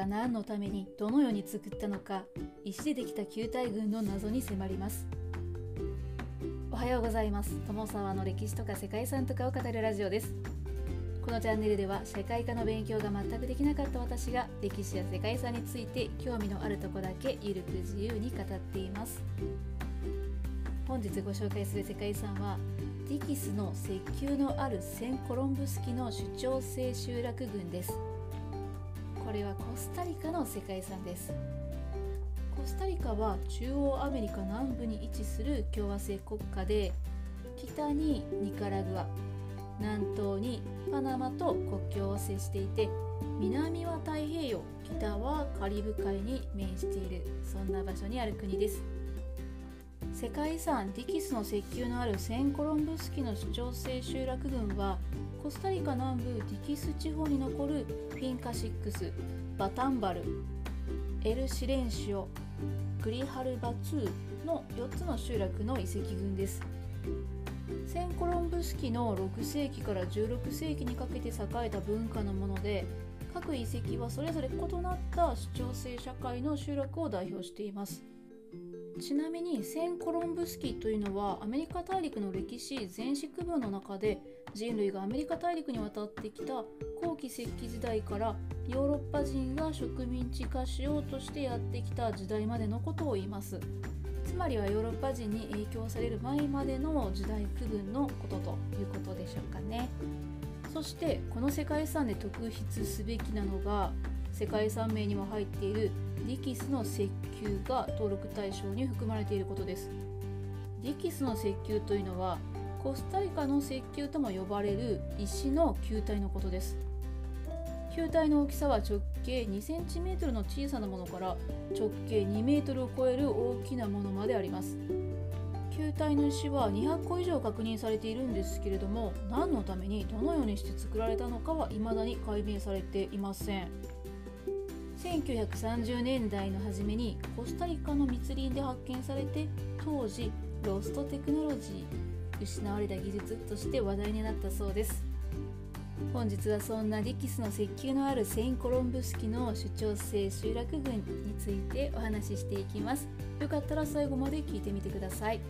が何のためにどのように作ったのか、石でできた旧大軍の謎に迫ります。おはようございます。友沢の歴史とか世界遺産とかを語るラジオです。このチャンネルでは社会科の勉強が全くできなかった私が歴史や世界遺産について興味のあるとこだけゆるく自由に語っています。本日ご紹介する世界遺産はディキスの石球のあるセンコロンブスキの主張性集落群です。これはコスタリカの世界遺産です。コスタリカは中央アメリカ南部に位置する共和制国家で、北にニカラグア、南東にパナマと国境を接していて、南は太平洋、北はカリブ海に面している、そんな場所にある国です。世界遺産ディキスの石球のあるセンコロンブスキの主張性集落群は、コスタリカ南部ディキス地方に残るフィンカシックス、バタンバル、エルシレンシオ、グリハルバ2の4つの集落の遺跡群です。センコロンブスキの6世紀から16世紀にかけて栄えた文化のもので、各遺跡はそれぞれ異なった主張性社会の集落を代表しています。ちなみにセンコロンブスキというのはアメリカ大陸の歴史全史区分の中で、人類がアメリカ大陸に渡ってきた後期石器時代からヨーロッパ人が植民地化しようとしてやってきた時代までのことを言います。つまりはヨーロッパ人に影響される前までの時代区分のことということでしょうかね。そしてこの世界遺産で特筆すべきなのが、世界遺産名にも入っているディキスの石球が登録対象に含まれていることです。ディキスの石球というのはコスタリカの石球とも呼ばれる石の球体のことです。球体の大きさは直径2センチメートルの小さなものから直径2メートルを超える大きなものまであります。球体の石は200個以上確認されているんですけれども、何のためにどのようにして作られたのかは未だに解明されていません。1930年代の初めにコスタリカの密林で発見されて、当時ロストテクノロジー、失われた技術として話題になったそうです。本日はそんなディキスの石球のあるセンコロンブスキの主張性集落群についてお話ししていきます。よかったら最後まで聞いてみてください。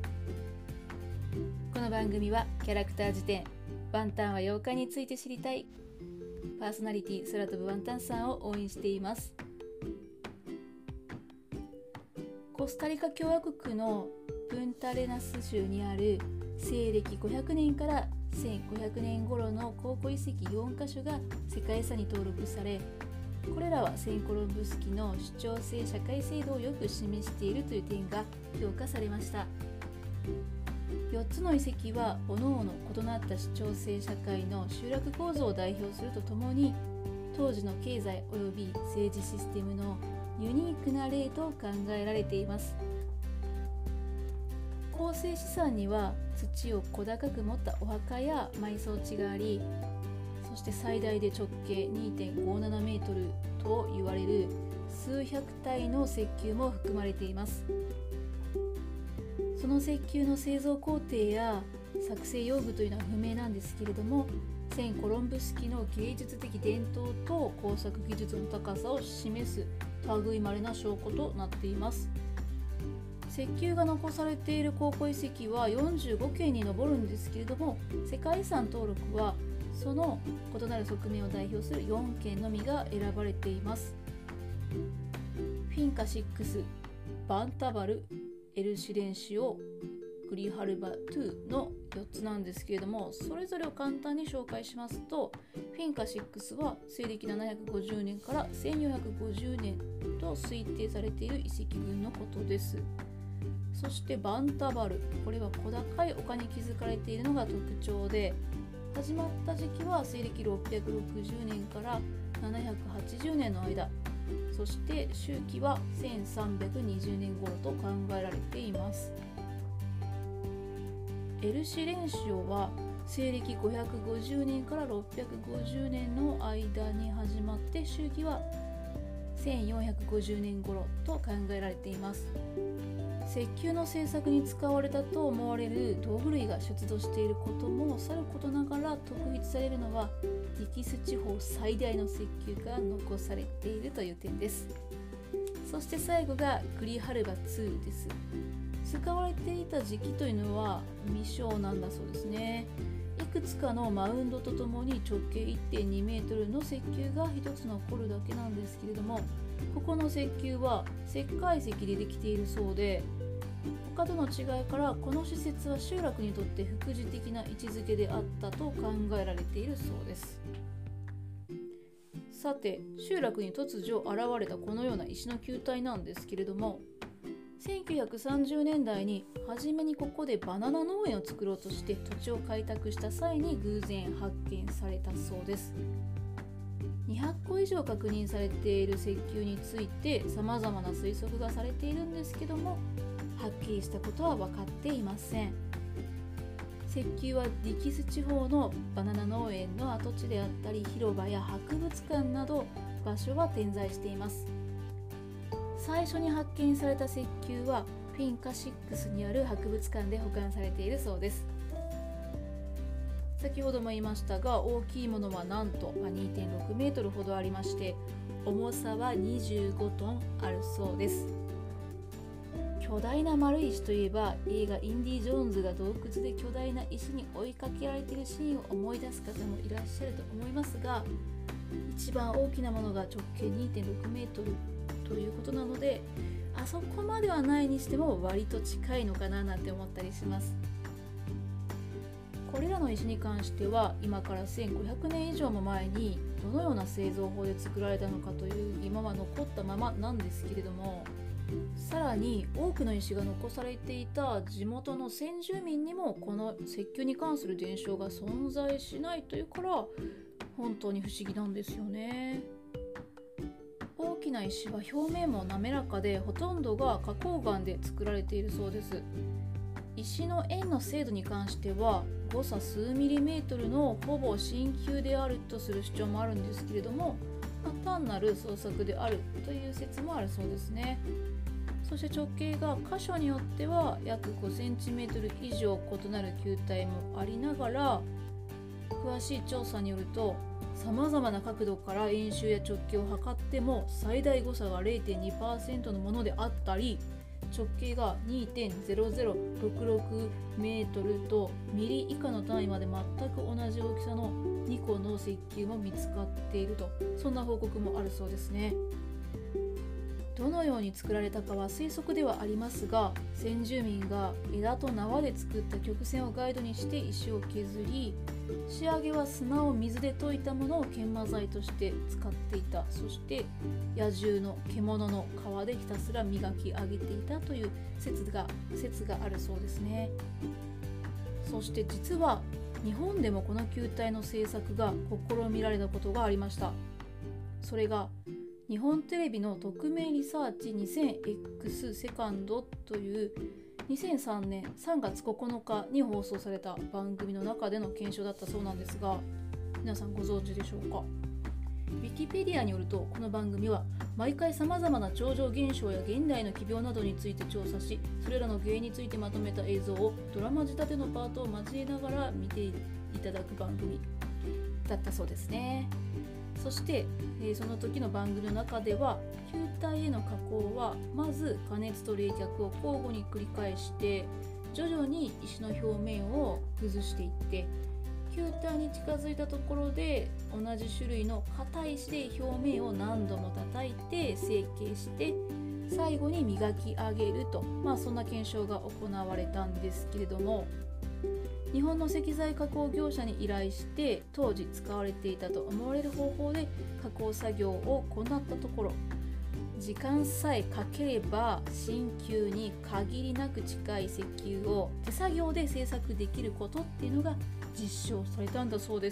この番組はキャラクター辞典、ワンタンは妖怪について知りたい、パーソナリティ空飛ぶワンタンさんを応援しています。コスタリカ共和国のプンタレナス州にある西暦500年から1500年頃の考古遺跡4カ所が世界遺産に登録され、これらはセンコロンブスキの主張性社会制度をよく示しているという点が評価されました。4つの遺跡は各々異なった主張性社会の集落構造を代表するとともに、当時の経済及び政治システムのユニークな例と考えられています。構成資産には土を小高く持ったお墓や埋葬地があり、そして最大で直径 2.57 メートルと言われる数百体の石球も含まれています。その石球の製造工程や作成用具というのは不明なんですけれども、センコロンブスキの芸術的伝統と工作技術の高さを示す類まれな証拠となっています。石球が残されている考古遺跡は45件に上るんですけれども、世界遺産登録はその異なる側面を代表する4件のみが選ばれています。フィンカシックス、バンタバル、エルシレンシオ、グリハルバ2の4つなんですけれども、それぞれを簡単に紹介しますと、フィンカシックスは西暦750年から1450年と推定されている遺跡群のことです。そしてバンタバル、これは小高い丘に築かれているのが特徴で、始まった時期は西暦660年から780年の間、そして周期は1320年頃と考えられています。エルシレンシオは西暦550年から650年の間に始まって、周期は1450年頃と考えられています。 石油の製作に使われたと思われる道具類が出土していることもさることながら、特筆されるのはディキス地方最大の石油が残されているという点です。そして最後がグリハルバ2です。使われていた時期というのは未詳なんだそうですね。いくつかのマウンドとともに直径 1.2 メートルの石球が一つ残るだけなんですけれども、ここの石球は石灰石でできているそうで、他との違いからこの施設は集落にとって副次的な位置づけであったと考えられているそうです。さて、集落に突如現れたこのような石の球体なんですけれども、1930年代に初めにここでバナナ農園を作ろうとして土地を開拓した際に偶然発見されたそうです。200個以上確認されている石球について様々な推測がされているんですけども、はっきりしたことは分かっていません。石球はディキス地方のバナナ農園の跡地であったり、広場や博物館など場所は点在しています。最初に発見された石球はフィンカ6にある博物館で保管されているそうです。先ほども言いましたが、大きいものはなんと 2.6 メートルほどありまして、重さは25トンあるそうです。巨大な丸い石といえば、映画インディ・ジョーンズが洞窟で巨大な石に追いかけられているシーンを思い出す方もいらっしゃると思いますが、一番大きなものが直径 2.6 メートルということなので、あそこまではないにしても割と近いのかななんて思ったりします。これらの石に関しては今から1500年以上も前にどのような製造法で作られたのかという疑問は残ったままなんですけれども、さらに多くの石が残されていた地元の先住民にもこの石球に関する伝承が存在しないというから、本当に不思議なんですよね。大きな石は表面も滑らかで、ほとんどが花崗岩で作られているそうです。石の円の精度に関しては誤差数ミリメートルのほぼ真球であるとする主張もあるんですけれども、単なる創作であるという説もあるそうですね。そして直径が箇所によっては約 5cm 以上異なる球体もありながら、詳しい調査によるとさまざまな角度から円周や直径を測っても最大誤差が 0.2% のものであったり、直径が 2.0066 メートルとミリ以下の単位まで全く同じ大きさの2個の石球も見つかっていると、そんな報告もあるそうですね。どのように作られたかは推測ではありますが、先住民が枝と縄で作った曲線をガイドにして石を削り、仕上げは砂を水で溶いたものを研磨剤として使っていた。そして野獣の獣の皮でひたすら磨き上げていたという説があるそうですね。そして実は日本でもこの球体の製作が試みられたことがありました。それが日本テレビの特命リサーチ 2000X セカンドという2003年3月9日に放送された番組の中での検証だったそうなんですが、皆さんご存知でしょうか。ウィキペディアによると、この番組は毎回さまざまな超常現象や現代の奇病などについて調査し、それらの原因についてまとめた映像をドラマ仕立てのパートを交えながら見ていただく番組だったそうですね。そして、その時の番組の中では、球体への加工はまず加熱と冷却を交互に繰り返して徐々に石の表面を崩していって、球体に近づいたところで同じ種類の硬い石で表面を何度も叩いて成形して、最後に磨き上げると、そんな検証が行われたんですけれども、日本の石材加工業者に依頼して当時使われていたと思われる方法で加工作業を行ったところ、時間さえかければ真球に限りなく近い石球を手作業で製作できることっていうのが実証されたんだそうです。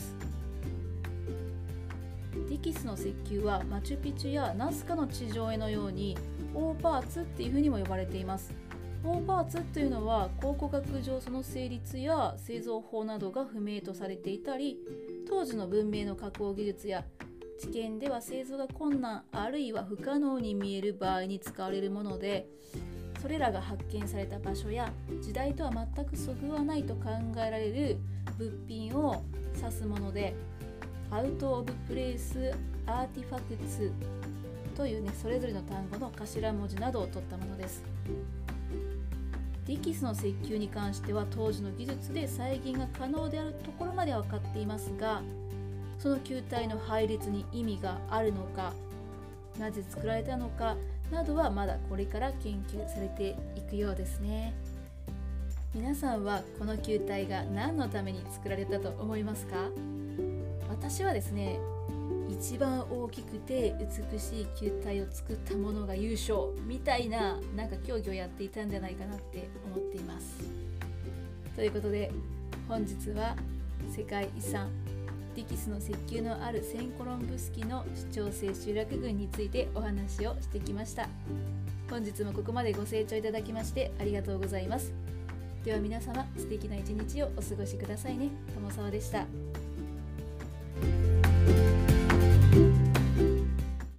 ディキスの石球はマチュピチュやナスカの地上絵のように大パーツっていうふうにも呼ばれています。大パーツというのは考古学上その成立や製造法などが不明とされていたり、当時の文明の加工技術や知見では製造が困難あるいは不可能に見える場合に使われるもので、 それらが発見された場所や時代とは全くそぐわないと考えられる物品を指すもので、アウト・オブ・プレイス・アーティファクツというそれぞれの単語の頭文字などを取ったものです。ディキスの石球に関しては当時の技術で再現が可能であるところまでは分かっていますが、その球体の配列に意味があるのか、なぜ作られたのかなどはまだこれから研究されていくようですね。皆さんはこの球体が何のために作られたと思いますか？私はですね、一番大きくて美しい球体を作ったものが優勝みたいな競技をやっていたんじゃないかなって思っています。ということで本日は世界遺産ディキスの石球のあるセンコロンブスキの市長制集落群についてお話をしてきました。本日もここまでご清聴いただきましてありがとうございます。では皆様、素敵な一日をお過ごしくださいね。友沢でした。